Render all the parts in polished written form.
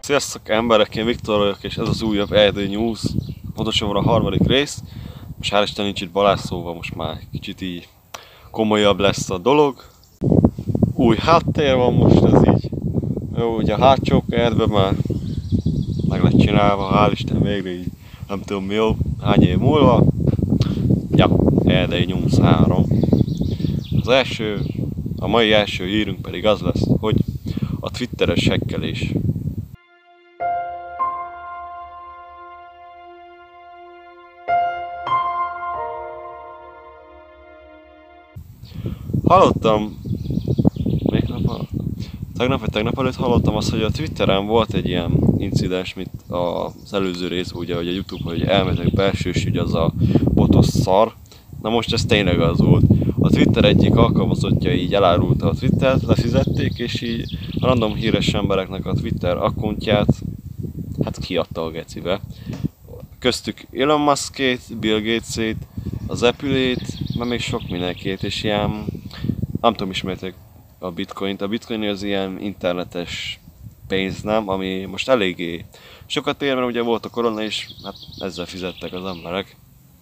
Sziasztok emberek, én Viktor vagyok, és ez az újabb Erdély News, pontosabban a harmadik rész. Most hál' Isten nincs itt Balázs, szóval most már kicsit így komolyabb lesz a dolog. Új háttér van most, ez így. Jó, ugye a hátsó kertben már meg lett csinálva, hál' Isten végre így, nem tudom mi jó, hány év múlva. Ja, Erdély News 3. A mai első hírünk pedig az lesz, hogy a twitteres hekkelés. Hallottam, tegnap előtt hallottam azt, hogy a Twitteren volt egy ilyen incidens, mint az előző rész, ugye, hogy a YouTube, hogy elmetek belsős ügy, az a botos szar. Na most ez tényleg az volt. A Twitter egyik alkalmazottja így elárulta a Twittert, lefizették, és így random híres embereknek a Twitter akkuntját, hát kiadta a gecibe. Köztük Elon Muskét, Bill Gatesét, az Apple-ét, meg még sok mindenkét, és ilyen, nem tudom, ismertek a bitcoint. A bitcoin az ilyen internetes pénz, nem? Ami most eléggé sokat ér, mert ugye volt a korona, és hát ezzel fizettek az emberek.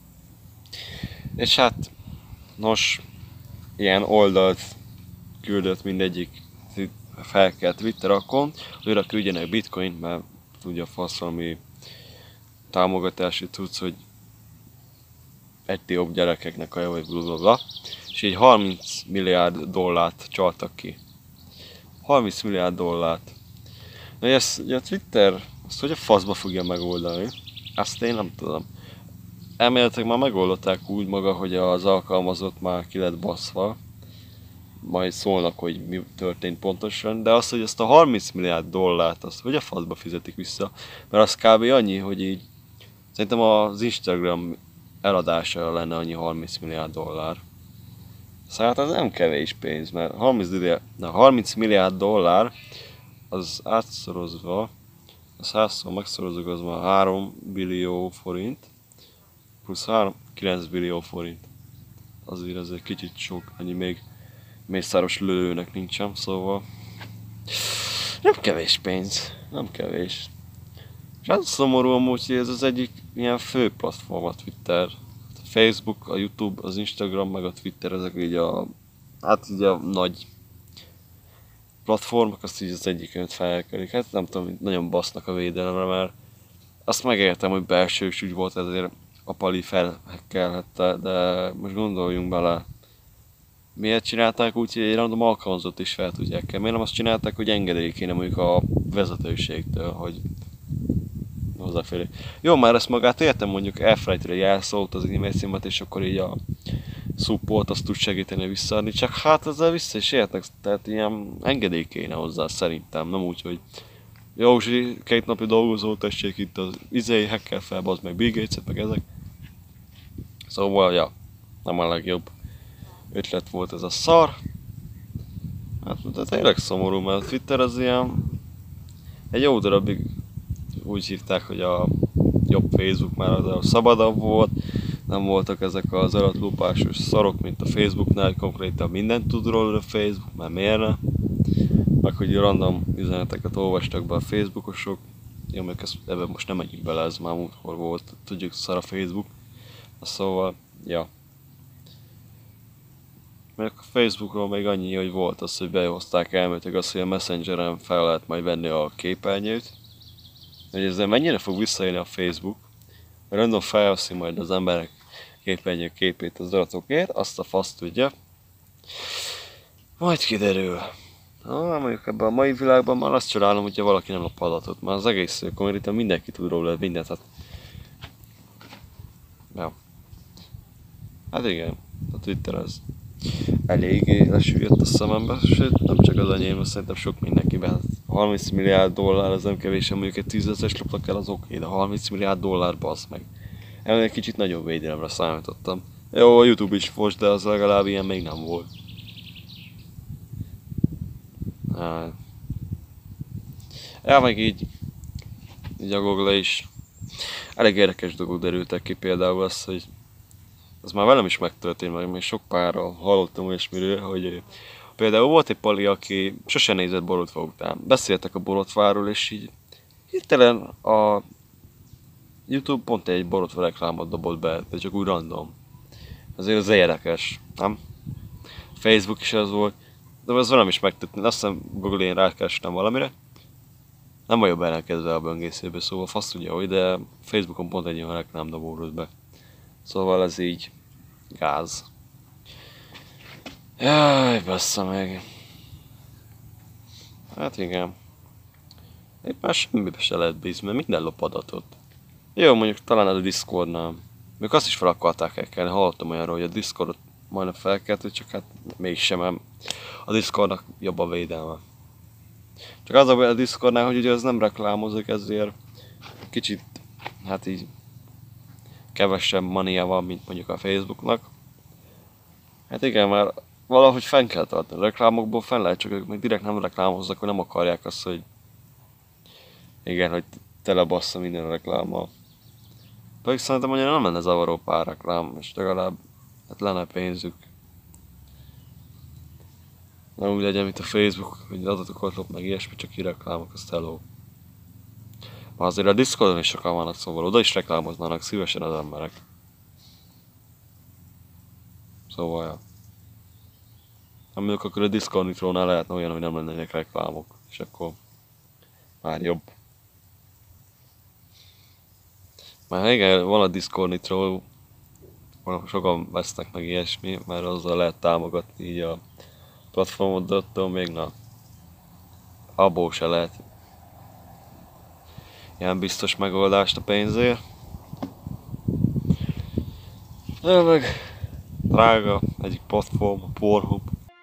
És hát, nos, ilyen oldalt küldött mindegyik felkelt Twitter account, hogy oda küldjenek bitcoint, mert tudja fasz valami támogatási tudsz, hogy etióp gyerekeknek a vagy blablabla. És így 30 milliárd dollárt csaltak ki. 30 milliárd dollárt. Na ezt a Twitter, azt hogy a faszba fogja megoldani? Azt én nem tudom. Elméletileg már megoldották úgy maga, hogy az alkalmazott már ki lett baszva. Majd szólnak, hogy mi történt pontosan, de az, hogy ezt a 30 milliárd dollárt, azt hogy a faszba fizetik vissza? Mert az kb. Annyi, hogy így szerintem az Instagram eladása lenne annyi 30 milliárd dollár. Szóval hát az nem kevés pénz, mert 30 milliárd dollár az átszorozva, a 100-szor megszorozok, az már 3 billió forint, plusz 9 billió forint. Azért ez egy kicsit sok, annyi még mészáros lőnek nincsen, szóval nem kevés pénz, nem kevés. És az szomorú amúgy, hogy ez az egyik ilyen fő platform a Twitter. A Facebook, a YouTube, az Instagram, meg a Twitter, ezek így így a nagy platformok, azt így az egyiket felkelik. Hát nem tudom, nagyon basznak a védelemre, mert azt megértem, hogy belsős ügy volt, ezért a Pali felhekkelhette, de most gondoljunk bele. Miért csinálták úgy, hogy egy random alkalmazott is fel tudják kell? Miért nem azt csinálták, hogy engedély kéne mondjuk a vezetőségtől, hogy hozzáférjék. Jó, már ezt magát értem, mondjuk elfelejteni egy elszólt az e-mail címet, és akkor így a support azt tud segíteni visszaadni, csak hát ezzel vissza is értek, tehát ilyen engedély kéne hozzá szerintem, nem úgy, hogy Józsi, 2 napi dolgozó, tessék itt az hacker fel, bazd meg Bill Gates-et, meg ezek. Szóval, ja, nem a legjobb ötlet volt ez a szar. Hát, de tényleg szomorú, mert a Twitter az ilyen egy jó darabig úgy hívták, hogy a jobb Facebook már az szabadabb volt, nem voltak ezek az alatlopásos szarok, mint a Facebooknál, konkrétan mindent tud róla a Facebook, már miért ne? Meg hogy random üzeneteket olvastak be a Facebookosok, jó, még ebben most nem megyünk bele, ez már múltkor volt, tudjuk szar a Facebook, szóval, ja. Mert a Facebookról még annyi, hogy volt az, hogy behozták elméletileg azt, hogy a Messengeren fel lehet majd venni a képernyőt, hogy ezzel mennyire fog visszaélni a Facebook, mert random felveszi majd az emberek képernyő képét az adatokért, azt a fasz tudja. Majd kiderül. Mondjuk ebben a mai világban már azt csodálom, hogyha valaki nem lop adatot, már az egész konkrétan mindenki tud róla mindent, hát... Ja. Hát igen, a Twitter az eléggé lesüllyedt a szemembe, sőt nem csak az enyém, szerintem sok mindenkiben. Hát 30 milliárd dollár az nem kevés, mondjuk egy 10 000-es loptak el, az oké, de 30 milliárd dollár bassz meg. Ennél egy kicsit nagyobb védelemre számítottam. Jó, a YouTube is fos, de az legalább ilyen még nem volt. Ja, meg így a Google is elég érdekes dolgok derültek ki, például az, hogy az már velem is megtörtént, meg még sok párral hallottam olyasmiről, hogy például volt egy pali, aki sose nézett borotva után. Beszéltek a borotváról, és így Hirtelen a YouTube pont egy borotva reklámot dobott be, de csak úgy random. Azért az érdekes, nem? Facebook is az volt, de az velem is megtettem, azt hiszem Google-én rákerestem valamire. Nem vagyok ellenkezve a böngészőbe, szóval fasz tudja, hogy, de Facebookon pont egy olyan reklám dobódott be. Szóval ez így gáz. Jaj, bassza meg. Hát igen. Itt már semmibe se lehet bízni, mert minden lop adatot. Jó, mondjuk talán a Discordnál. Még azt is fel akarták elkelni, hallottam olyanról, hogy a Discordot majdnem felkeltő, csak hát mégsem, mert a Discordnak jobb a védelme. Csak az a Discordnál, hogy ugye ez nem reklámozik, ezért kicsit, hát így kevesebb mania van, mint mondjuk a Facebooknak. Hát igen, mert valahogy fenn kell tartani. A reklámokból fenn lehet, csak ők még direkt nem reklámoznak, hogy nem akarják azt, hogy igen, hogy telebassza minden a reklámmal. Pedig szerintem annyira nem lenne zavaró pár reklám, és legalább hát lenne pénzük. Nem úgy legyen, mint a Facebook, hogy adatokat lop meg ilyesmi, csak ki reklámok, azt hello. Azért a Discordon is sokan vannak, szóval oda is reklámoznának szívesen az emberek. Szóval, ja. Ha mondjuk akkor a Discord Nitrónál lehetne olyan, hogy nem lennének reklámok, és akkor már jobb. Már igen, van a Discord Nitro, sokan vesznek meg ilyesmi, mert azzal lehet támogatni így a platformot, de attól még na, abból se lehet ilyen biztos megoldást a pénzért. De meg drága egyik platform, a Pornhub.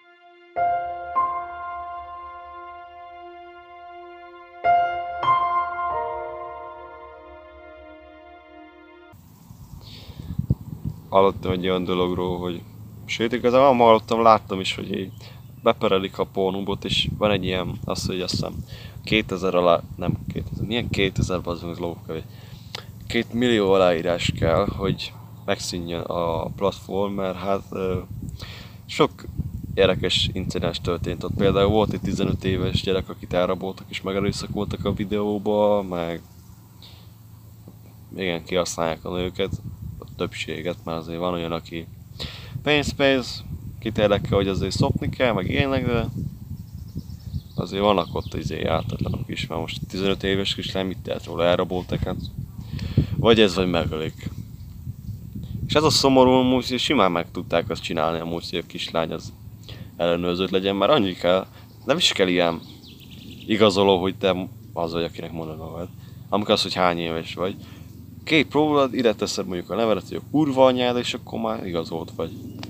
Hallottam egy olyan dologról, hogy sőt, igazából nem hallottam, láttam is, hogy így beperelik a Pornhubot, és van egy ilyen, azt, hogy azt hiszem 2000 alá, nem 2000, milyen 2000 bazdmeg az lókevés. 2 millió aláírás kell, hogy megszűnjön a platform, mert hát sok érdekes incidens történt ott. Például volt egy 15 éves gyerek, akit elraboltak és megerőszakoltak a videóba, meg igen, kihasználják a nőket, a többséget, mert azért van olyan, aki pénz, kit érdekel, hogy azért szopni kell, meg ilyenek, de azért vannak ott ártatlanok is, mert most 15 éves kislány mit tehet róla, elraboltak, hát vagy ez, vagy megölik. És ez a szomorú, hogy simán meg tudták azt csinálni, amúgy, hogy a kislány az ellenőrzött legyen, mert annyi kell, nem is kell ilyen igazoló, hogy te az vagy, akinek mondod magad. Amikor az, hogy hány éves vagy. Próbálod, ide teszed mondjuk a nevedet, hogy a kurva anyád, és akkor már igazolt vagy.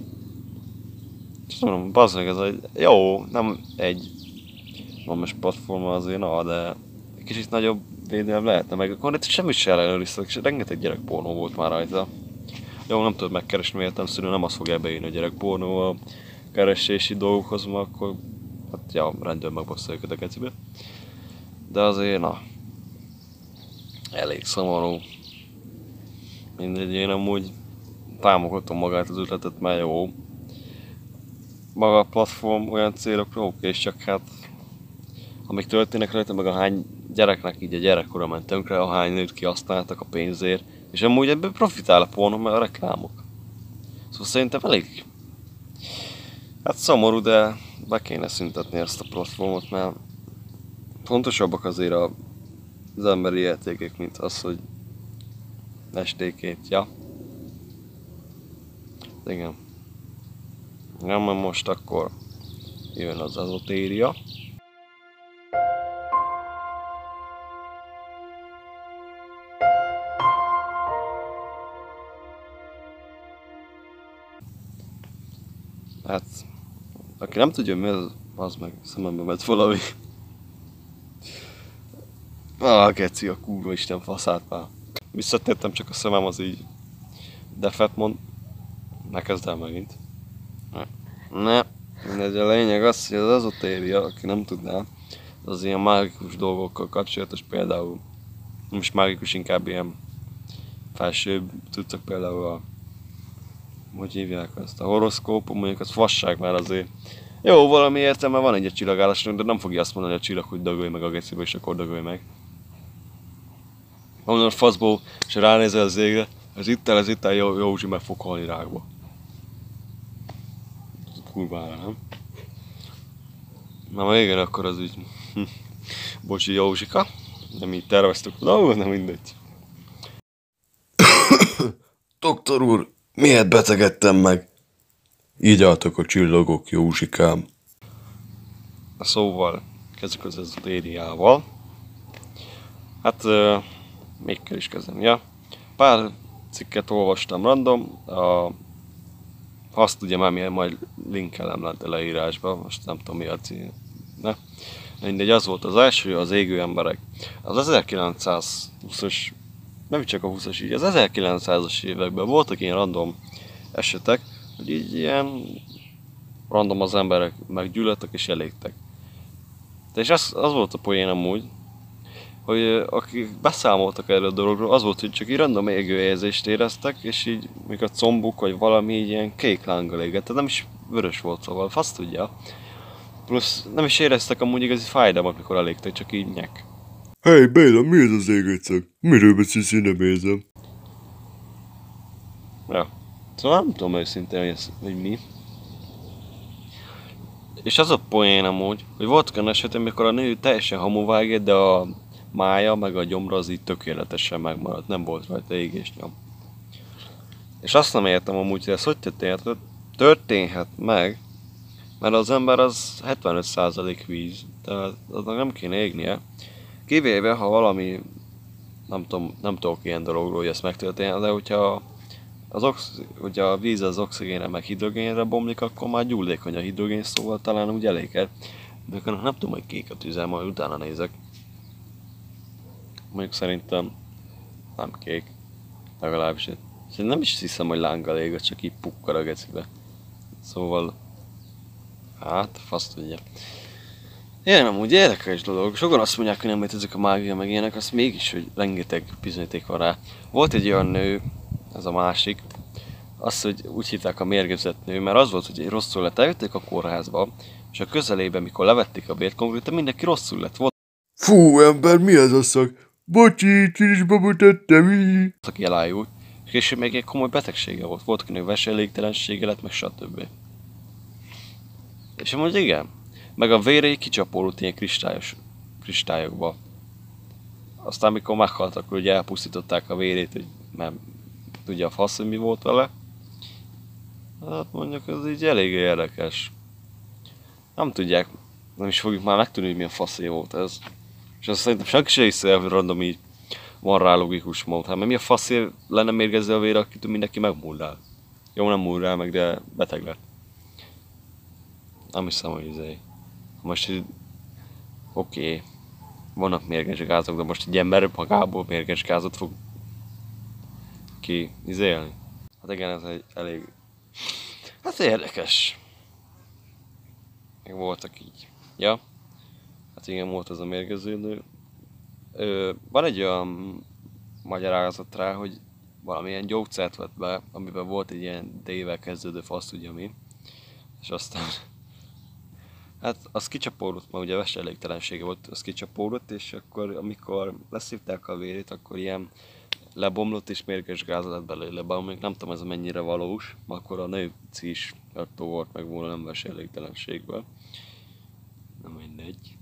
És mondom, bazd meg, ez egy jó, nem egy van most platforma azért, na, de egy kicsit nagyobb védelem lehetne meg, akkor itt semmit se ellenőriztek, és rengeteg gyerekpornó volt már rajta. Jó, nem tudod megkeresni értelemszerűen, nem azt fogja beírni a gyerekpornó a keresési dolgokhoz, mert akkor hát ja, rendőr megbassza őket a kecibe. De azért, na, elég szomorú. Mindegy, én amúgy támogatom magát az ötletet, mert jó. Maga a platform olyan célokra oké, és csak hát amik történnek rajta, meg a hány gyereknek így a gyerekkora ment tönkre, a hány nőt kihasználtak a pénzért, és amúgy ebből profitál a pornó, mert a reklámok. Szóval szerintem elég hát szomorú, de be kéne szüntetni ezt a platformot, mert fontosabbak azért az emberi értékek, mint az, hogy estékét, ja. Igen. Nem, mert most akkor jön az ezotéria. Hát, aki nem tudja mi az meg szemembe ment valami. Geci, a kurva isten faszát már. Visszatértem, csak a szemem az így defet mond. Ne kezd el megint. Ne. Mindegy, a lényeg az, hogy az ezotéria, aki nem tudná, az ilyen mágikus dolgokkal kapcsolatos, például most mágikus, inkább ilyen felsőbb tudtak, például a hogy hívják ezt, a horoszkóp, mondjuk az fasság már azért. Jó, valami értelme van egy csillagállásnak, de nem fogja azt mondani a csillag, hogy dagolj meg a gecibe, és akkor dagolj meg. Onnan a faszból, és ránézel az égre, ez itt el, Józsi meg fog halni rákba. Kurvára, nem? Na igen, akkor az úgy... Bocsi Józsika, nem így terveztük a dolgot, nem mindegy. Doktor úr, miért betegedtem meg? Így álltak a csillagok, Józsikám. Szóval, kezdjük az ezotériával. Hát, még kell is kezdeni, ja. Pár cikket olvastam random, azt ugye már majd linkelem lent a leírásba, most nem tudom mi a cím. Ne? Mindegy, az volt az első, az égő emberek. Az 1920-as, nem csak a 20-as, így az 1900-as években voltak ilyen random esetek, hogy így ilyen random az emberek meggyűlöltek és elégtek. És az volt a poén amúgy, hogy akik beszámoltak erről a dologról, az volt, hogy csak így random égő érzést éreztek, és így még a combuk vagy valami így ilyen kék lánggal égett, tehát nem is vörös volt, szóval fasz tudja. Plusz nem is éreztek amúgy igazi fájdalmat, mikor elégtek, csak így nyek. Hey Béla, mi ez az égőceg? Miről beszélsz, én nem érzem? Ja. Szóval nem tudom őszintén, hogy mi. És az a poén amúgy, hogy volt olyan eset, amikor a nő teljesen hamuvágett, de a mája meg a gyomra az így tökéletesen megmaradt, nem volt rajta égésnyom. És azt nem értem amúgy, hogy ez hogy történhet meg, mert az ember az 75% víz, tehát aznak nem kéne égnie. Kivéve, ha valami, nem tudok ilyen dologról, hogy ezt megtörténhet, de hogyha ugye a víz az oxigénre meg hidrogénre bomlik, akkor már gyullékony a hidrogén, szóval talán úgy elég. De akkor nem tudom, hogy kék a tüze, majd utána nézek. Mondjuk szerintem nem kék, legalábbis. Nem is hiszem, hogy lánggal ég, csak így pukkad a gecibe. Szóval, hát, fasz tudja. Ilyen amúgy érdekes dolog. Sokan azt mondják, hogy nem létezik a mágia meg ilyenek, azt mégis, hogy rengeteg bizonyíték van rá. Volt egy olyan nő, ez a másik, azt, hogy úgy hitták a mérgezett nő, mert az volt, hogy rosszul lett, eljötték a kórházba, és a közelében, mikor levették a vért, konkrétan mindenki rosszul lett. Volt, Fú, ember, mi ez a szak? Bocsi, csirisba mutattam, aki elájult, és később még egy komoly betegsége volt. Volt, akinek veselégtelensége lett, meg stb. És amúgy igen, meg a vérei kicsapódott ilyen kristályokba. Aztán mikor meghalt, akkor ugye elpusztították a vérét, hogy nem tudja a fasz, hogy mi volt vele. Hát mondjuk ez így elég érdekes. Nem tudják, nem is fogjuk már megtudni, hogy milyen faszé volt ez. És azt szerintem senki se hisz el, hogy random így van rá logikus mód. Hát mert mi a faszé lenne mérgezve a vére, akitől mindenki megmullál. Jó, nem mullál meg, de beteg lett. Nem hiszem, hogy izé. Most oké. Vannak mérges gázok, de most egy ember magából mérges gázot fog ki izélni. Hát igen, ez egy elég... Hát érdekes. Meg voltak így. Ja. Hát igen, volt az a mérgező nő. Van egy olyan magyarázat rá, hogy valamilyen gyógyszert vett be, amiben volt egy ilyen D-vel kezdődő fasz, ugye mi. És aztán... Hát az kicsapódott, mert ugye veselégtelensége volt, az kicsapódott, és akkor amikor leszívták a vérét, akkor ilyen lebomlott és mérges gáz lett belőle, bár még nem tudom ez mennyire valós, akkor a nő is attól volt meg volna nem veselégtelenségből. Nem mindegy.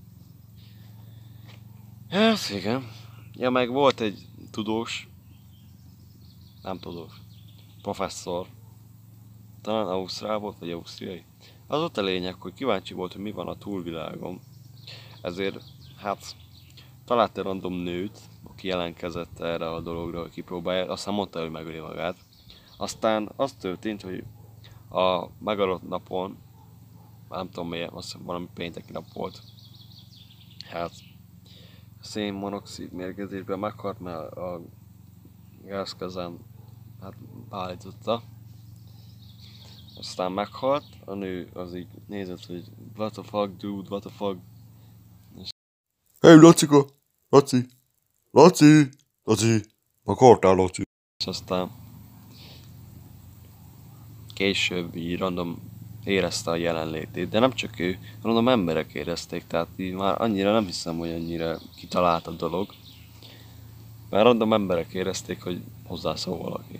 Hát igen. Ja, meg volt egy tudós, nem tudós, professzor, talán ausztrál volt, vagy ausztriai. Az ott a lényeg, hogy kíváncsi volt, hogy mi van a túlvilágon. Ezért, hát, talált egy random nőt, aki jelentkezett erre a dologra, hogy kipróbálja, aztán mondta, hogy megöli magát. Aztán az történt, hogy a megadott napon, nem tudom miért, azt hiszem valami pénteki nap volt. Hát, szénmonoxid mérgezésben meghalt, mert a gázkazán hát beállította. Aztán meghalt, a nő az így nézett, hogy what the fuck dude, what the fuck. Hey, Lacika! Laci! Laci! Laci! Meghaltál, Laci! És aztán később így random érezte a jelenlétét, de nem csak ő, random emberek érezték, tehát így már annyira nem hiszem, hogy annyira kitalált a dolog. Mert random emberek érezték, hogy hozzászól valaki.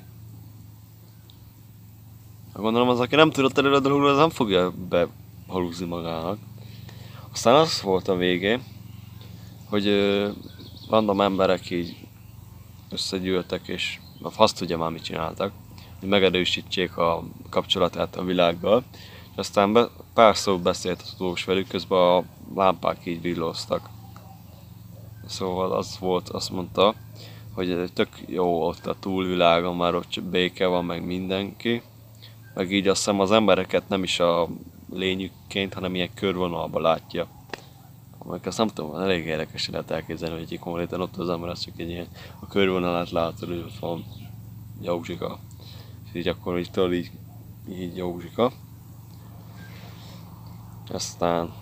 Gondolom az, aki nem tudott előre a dologról, az nem fogja behalúzni magának. Aztán az volt a végén, hogy random emberek így összegyűltek, és azt tudja már mit csináltak, hogy megerősítsék a kapcsolatát a világgal. És aztán pár szót beszélt a tudós velük, közben a lámpák így villóztak. Szóval az volt, azt mondta, hogy tök jó ott a túlvilágon, már ott béke van, meg mindenki. Meg így azt hiszem az embereket nem is a lényükként, hanem ilyen körvonalba látja. Amikor azt nem tudom, elég érdekesen lehet elképzelni, hogy így konkrétan ott az ember, az csak egy ilyen a körvonalát látod, hogy ott van Józsika. És így akkor így től így Józsika. Aztán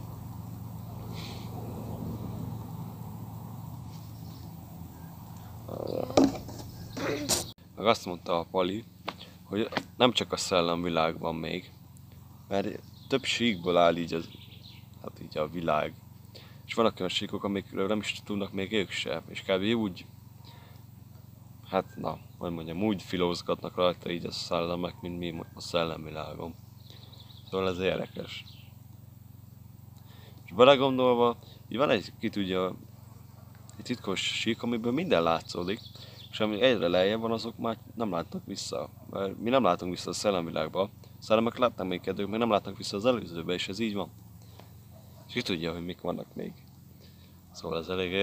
meg azt mondta a Pali, hogy nem csak a szellemvilág van még, mert több síkból áll így hát így a világ. És vannak olyan síkok, amikről nem is tudnak még ők sem, és kb. Úgy, hát na, hogy mondjam, úgy filózgatnak rajta így a szellemek, mint mi a szellemvilágon. Szóval ez érdekes. És belegondolva, így van ki tudja, egy titkos sík, amiből minden látszódik, és ami egyre lejjebb van, azok már nem látnak vissza. Mert mi nem látunk vissza a szellemvilágba, a szellemek látnak minket, ők még nem látnak vissza az előzőbe, és ez így van. És ki tudja, hogy mik vannak még. Szóval ez elég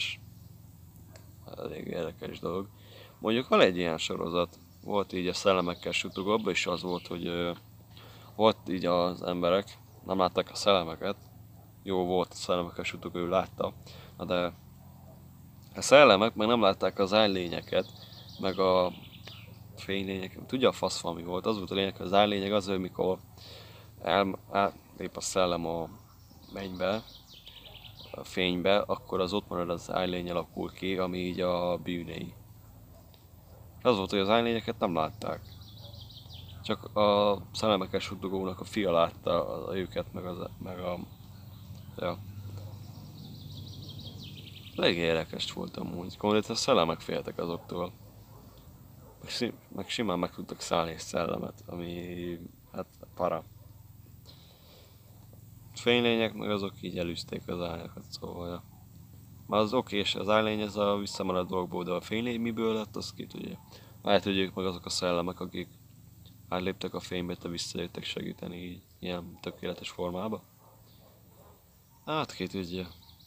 érdekes dolog. Mondjuk van egy ilyen sorozat, volt így a szellemekkel sutogóbb, és az volt, hogy volt így az emberek, nem látták a szellemeket, jó volt a szellemekkel sutogó, ő látta, de a szellemek meg nem látták az álllényeket, meg a fénylényeket, tudja a fasz valami volt, az volt a lényeg, az álllényeg az, hogy mikor lép a szellem a mennybe, a fénybe, akkor az ott marad az állény alakul ki, ami így a bűnei. Az volt, hogy az álllényeket nem látták. Csak a szellemekes suttogónak a fia látta őket, meg a ja. Elég érdekes volt amúgy. Konkrétan a szellemek féltek azoktól. Meg simán meg tudtak szállni egy szellemet, ami hát para. Fénylények meg azok így elűzték az állányokat, szóval ja. Már az oké, és az állény ez a visszamaradt dolgból, de a fénylény miből lett, azt ki tudja. Lehet, hogy ők meg azok a szellemek, akik átléptek a fénybe, te visszajöttek segíteni így, ilyen tökéletes formába. Hát ki tudja.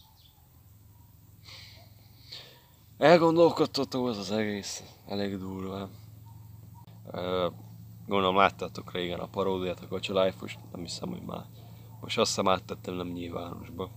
Elgondolkodtató ez az egész, elég durva. Gondolom láttátok régen a paródiát, a Gacsa Life-os, nem hiszem, hogy már. Most azt hiszem áttettem nem nyilvánosba.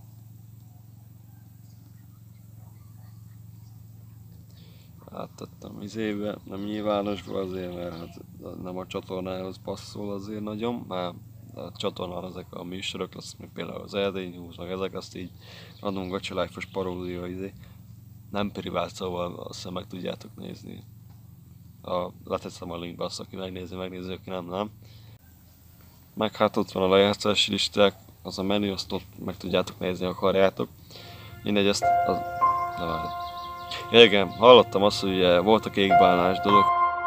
Áttettem izébe, nem nyilvánosba azért, mert hát nem a csatornához passzol azért nagyon, mert a csatornán ezek a műsorok lesz, mint például az Erdély News, meg ezek azt így random Gacsa Life-os paródia izé. Nem privát, szóval azt hiszem meg tudjátok nézni. Leteszem a linkbe, azt aki megnézi, aki nem. Meg hát ott van a lejátszási listák, az a menü, azt ott meg tudjátok nézni, akarjátok. Mindegy, ezt az... Na várj. Ja, igen, hallottam azt, hogy ugye volt a kékbálnás dolog.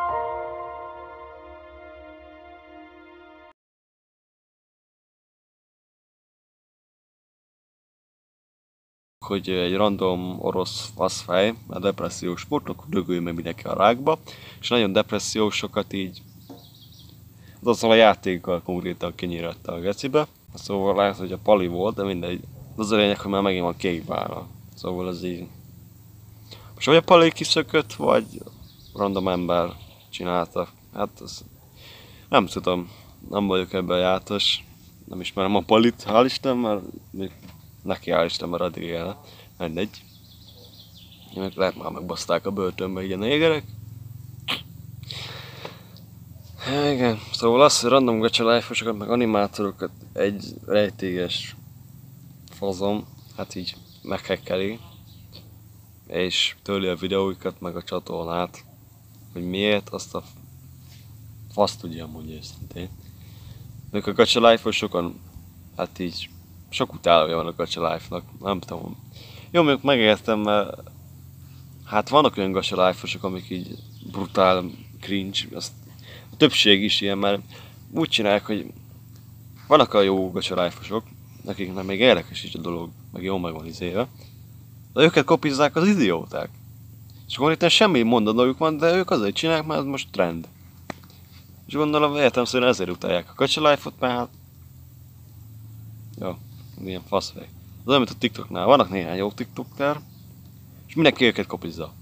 Hogy egy random orosz faszfej, a depressziós sportok, dögölj meg mindenki a rákba, és nagyon depressziósokat így azzal a játékkal konkrétan kinyírette a gecibe. Szóval lehet, hogy a Pali volt, de mindegy. Az a lényeg, hogy már megint van kék bálna. Szóval ez így... Most vagy a Pali kiszökött, vagy random ember csinálta. Hát az... Nem tudom. Nem vagyok ebben jártas. Nem ismerem a Palit, hál' Isten, mert neki hál' Isten, mert addig él. Mindegy. Lehet már megbaszták a börtönbe így a négerek. Ja, igen, szóval az, hogy random Gacsa Life-osokat, meg animátorokat egy rejtéges fazon, hát így meghekkeli, és törli a videóikat, meg a csatornát, hogy miért, azt a fasz tudja amúgy őszintén. Ők a Gacsa Life-osokon, hát így sok utálója van a Gacsa Life-nak, nem tudom. Jó, mondjuk megértem, mert Hát vannak olyan Gacha Life-osok, amik így brutál cringe, azt a többség is ilyen, mert úgy csinálják, hogy vannak a jó Gacha Life-osok, akiknek még érdekes is a dolog, meg jó meg van izéve, de őket kopizzák az idióták. És akkor itt semmi mondandójuk van, de ők azért csinálják, mert ez most trend. És gondolom, értelemszerűen ezért utálják a Gacha Life-ot, mert hát... Jó, ilyen faszfej. Az olyan, mint a TikToknál. Vannak néhány jó TikToker, és mindenki őket kopizza.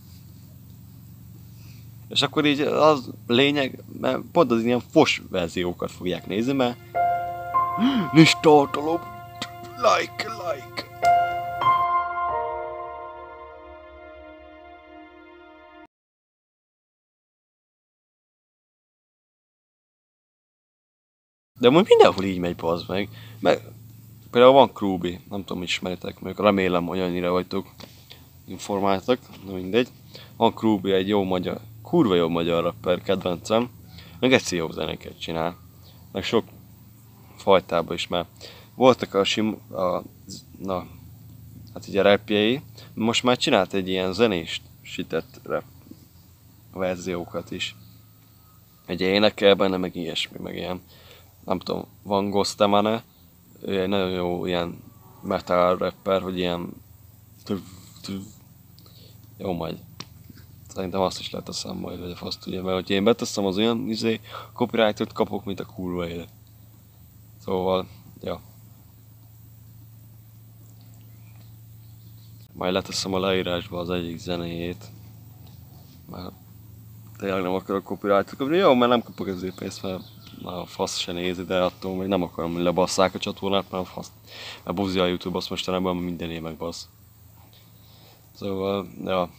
És akkor így az lényeg, mert pont az ilyen fos verziókat fogják nézni, mert... Nincs tartalom! Like! De amúgy mindenhol így megy, bazd meg. Meg például van Krúbi, nem tudom, ismeritek meg, remélem, hogy annyira vagytok informáltak, na mindegy. Van Krúbi, egy jó magyar, kurva jó magyar rapper, kedvencem, meg egy jó zenéket csinál. Meg sok fajtában is már. Voltak hát így a rapjei, most már csinált egy ilyen zenésített rap verziókat is. Egy énekel benne, meg ilyesmi, meg ilyen. Nem tudom, van Ghostemane, ő egy nagyon jó ilyen metal rapper, hogy ilyen... Jó majd. Szerintem azt is leteszem majd, hogy a fasz tudja, mert hogyha én beteszem az olyan copyrightot kapok, mint a kurva élet. Szóval, ja. Majd leteszem a leírásba az egyik zenéjét. Mert tényleg nem akarok copyrightot kapni. Jó, mert nem kapok ezért pénzt, mert a fasz se nézi, de attól még nem akarom, hogy lebasszák a csatornát, mert a fasz. Mert buzi a YouTube, azt mostanában mindené megbasz. Szóval, ja.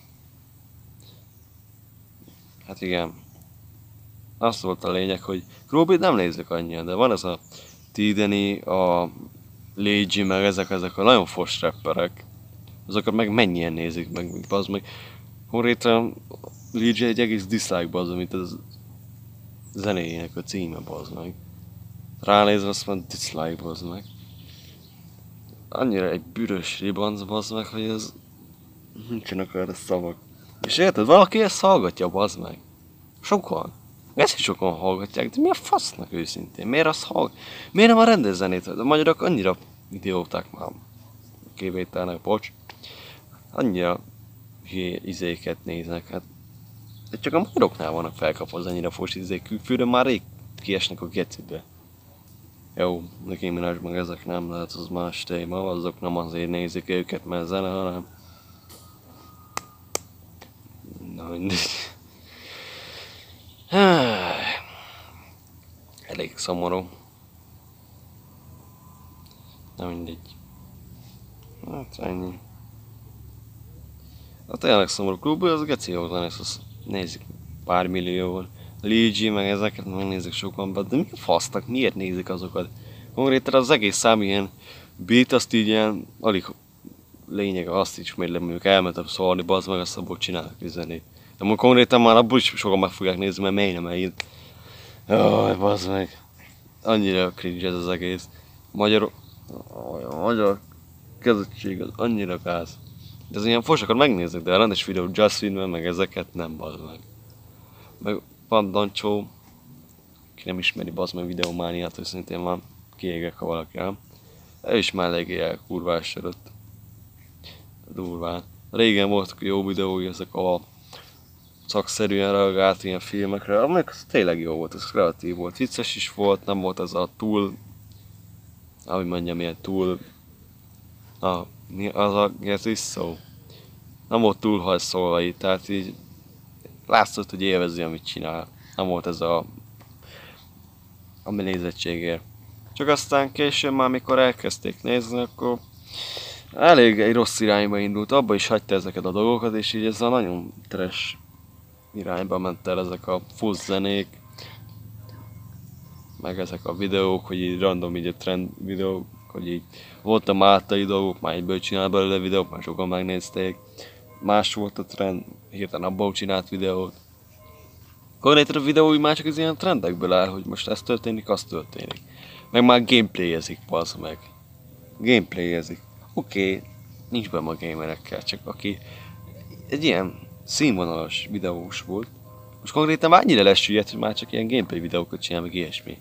Hát igen. Az volt a lényeg, hogy Krúbit nem nézzük annyian, de van ez a Tideni, a Légy, meg ezek a nagyon fos rapperek. Azokat meg mennyien nézik meg, bazd meg. Konkrétan Légy egy egész dislike, bazd, mint az zenéjének a címe, bazd meg. Ránézve azt mondja, dislike, bazd meg. Annyira egy bűrös ribanc, bazd meg, hogy ez... Nincsenek erre szavak. És érted, valaki ezt hallgatja, bazd meg. Sokan. Ezt is sokan hallgatják, de mi a fasznak őszintén? Miért azt Miért nem a rendes zenét? A magyarok annyira idióták már. Kivételnek, bocs. Annyira hülye izéket néznek, hát. De csak a magyaroknál vannak felkapva az annyira fos izék, külföldön már rég kiesnek a gecibe. Jó, Nicki Minaj meg ezek nem, lehet az más téma, azok nem azért nézik őket, mert zene, hanem... Na mindegy. Elég szomorú. Na mindegy. Hát ennyi. A tényleg szomorú klub, az geci jó zenész, azt nézik pár millióan. Luigi, meg ezeket megnézik sokan, de mi a fasztak, miért nézik azokat? Konkrétan az egész szám ilyen beat, azt így ilyen, alig lényege azt ismétlem, mondjuk elmentem szólni, bazd meg, azt abból csinálnak zenét. De most konkrétan már abból is sokan meg fogják nézni, mert miért nem eljön. Jaj, bazd meg. Annyira cringe ez az egész. A magyar kezdettség az annyira gáz. De az ilyen fosokat megnézek, de a rendes videó Justin meg ezeket nem, bazd meg. Meg van Dancsó, ki nem ismeri, bazd meg videomániát, hogy szintén van, kiégek, ha valaki el. Ő is már eléggé elkurvásodott. Durván. Régen voltak jó videói, ezek a szakszerűen reagált ilyen filmekre, amelyek az tényleg jó volt, ez kreatív volt, vicces is volt, nem volt ez a túl, ahogy mondjam, ilyen túl, mi az a gezis szó? Nem volt túl hajszolvai, tehát így látszott, hogy élvezi, amit csinál. Nem volt ez a nézettségért. Csak aztán később már, mikor elkezdték nézni, akkor elég egy rossz irányba indult, abba is hagyta ezeket a dolgokat, és így ez a nagyon trash irányba ment el ezek a full zenék, meg ezek a videók, hogy így random így a trend videók, hogy így voltam áltai dolgok, már egyből csinál belőle videók, már sokan megnézték, más volt a trend, hirtelen abból csinált videót. Konkrétan a videói már csak az ilyen trendekből áll, hogy most ez történik, az történik. Meg már gameplayezik, bazd meg. Gameplayezik. Oké, nincs benne a gamerekkel, csak aki egy ilyen színvonalas videós volt. Most konkrétan már annyira lesüllyedt, hogy már csak ilyen gameplay videókat csinál, meg ilyesmi.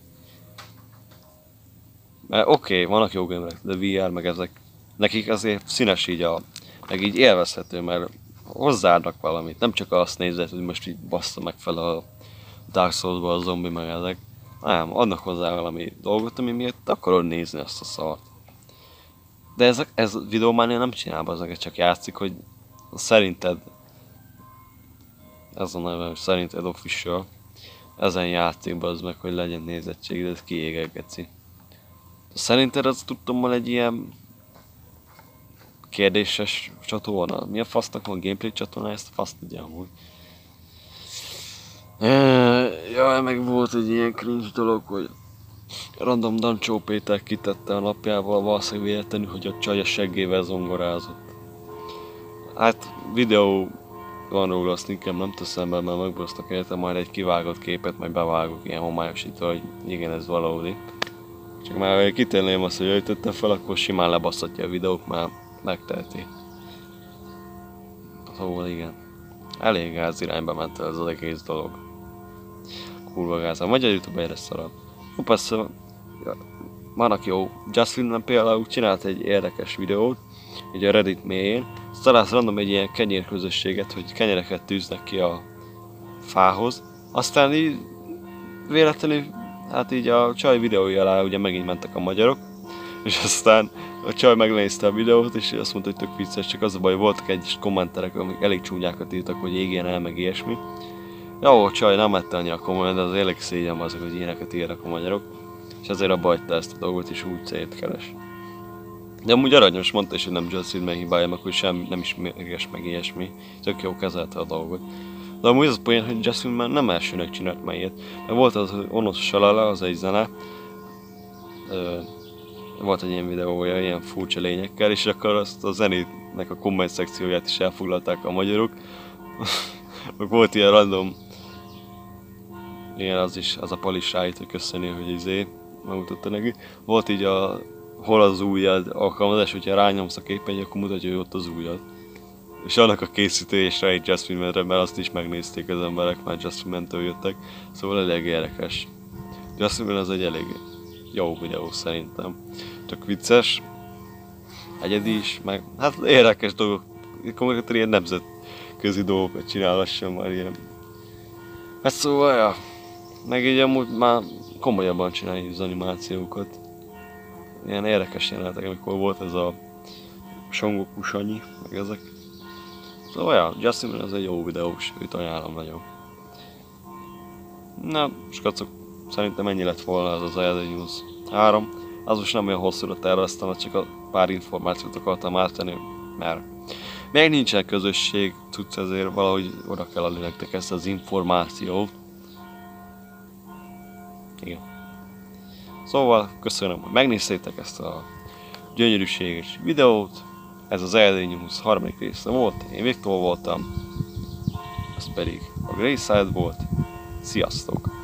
Mert oké, vannak jó gamerek, de VR meg ezek, nekik azért színes így meg így élvezhető, mert hozzáadnak valamit. Nem csak azt nézed, hogy most így bassza meg fel a Dark Souls-ba a zombi meg ezek. Nem, adnak hozzá valami dolgot, ami miatt akarod nézni azt a szart. De ez a videómánia nem csinál be, csak játszik, hogy szerinted, ez a neve, hogy szerinted official, ezen játszik be az meg, hogy legyen nézettség, de ez kiégegeci. Szerinted az tudtommal egy ilyen kérdéses csatorna? Mi a fasznak van gameplay csatorna, ezt a fasz tudja amúgy. Jaj, meg volt egy ilyen cringe dolog, hogy random Dancsó Péter kitette a napjával valószínűleg véletlenül, hogy a csaj a seggével zongorázott. Hát videó van róla, azt inkább nem teszem be, mert megbasztak érte, majd egy kivágott képet, majd bevágok ilyen homályosítva, hogy igen, ez valódi. Csak már ha kitérném azt, hogy öltöttem fel, akkor simán lebasszatja a videót, már megteheti. Szóval igen. Elég gáz irányba ment ez az egész dolog. Kurva gáz. A magyar YouTube erre szarad. Persze, van aki jó. Justin például csinált egy érdekes videót, így a Reddit mélyén. Találsz random egy ilyen kenyérközösséget, hogy kenyereket tűznek ki a fához. Aztán így véletlenül, hát így a csaj videója alá ugye megint mentek a magyarok. És aztán a csaj megnézte a videót, és azt mondta, hogy tök vicces, csak az a baj, voltak egyes kommenterek, amik elég csúnyákat írtak, hogy égjen el, meg ilyesmi. Jó, a csaj nem mette annyira komolyan, de az elég szégyen azok, hogy ilyeneket írnak a magyarok. És azért abba hagyta ezt a dolgot, és úgy célt keres. De amúgy aranyos, mondta is, hogy nem Justin meg hibája, meg hogy sem nem is mérges, meg ilyesmi. Tök jó kezelte a dolgot. De amúgy az a poén, hogy Justin már nem elsőnek csinált már ilyet. Mert volt az Onos Salala, az egy zene. Volt egy ilyen videója, ilyen furcsa lényekkel, és akkor azt a zenének a komment szekcióját is elfoglalták a magyarok. Volt ilyen random, igen, az a Pali is rájött, hogy köszöni, hogy megmutatta neki. Volt így hol az ujjad alkalmazás, hogyha rányomsz a képen, akkor mutatja, hogy ott az ujjad. És annak a készítésre egy Just Win-re, mert azt is megnézték az emberek, már Just Win-től jöttek. Szóval elég érdekes. Just Win az egy elég jó videó szerintem. Csak vicces, egyedi is, meg hát érdekes dolgok. Konkrétan ilyen nemzetközi dolgokat csinál lassan már ilyen. Hát szóval, ja. Meg így amúgy már komolyabban csinálja az animációkat. Ilyen érdekes jelenetek, amikor volt ez a Songoku Sanyi, meg ezek. Szóval, ja, Justin az egy jó videós, őt ajánlom nagyon. Na, skacok, szerintem ennyi lett volna az Elden News 3. Az most nem olyan hosszúra terveztem, csak a pár információt akartam áttenni, mert még nincsen közösség, tudsz, ezért valahogy oda kell adni nektek ezt az információt. Igen. Szóval köszönöm, hogy megnéztétek ezt a gyönyörűséges videót. Ez az Elden News 3. része volt, én Viktor voltam, ez pedig a Greyside volt. Sziasztok!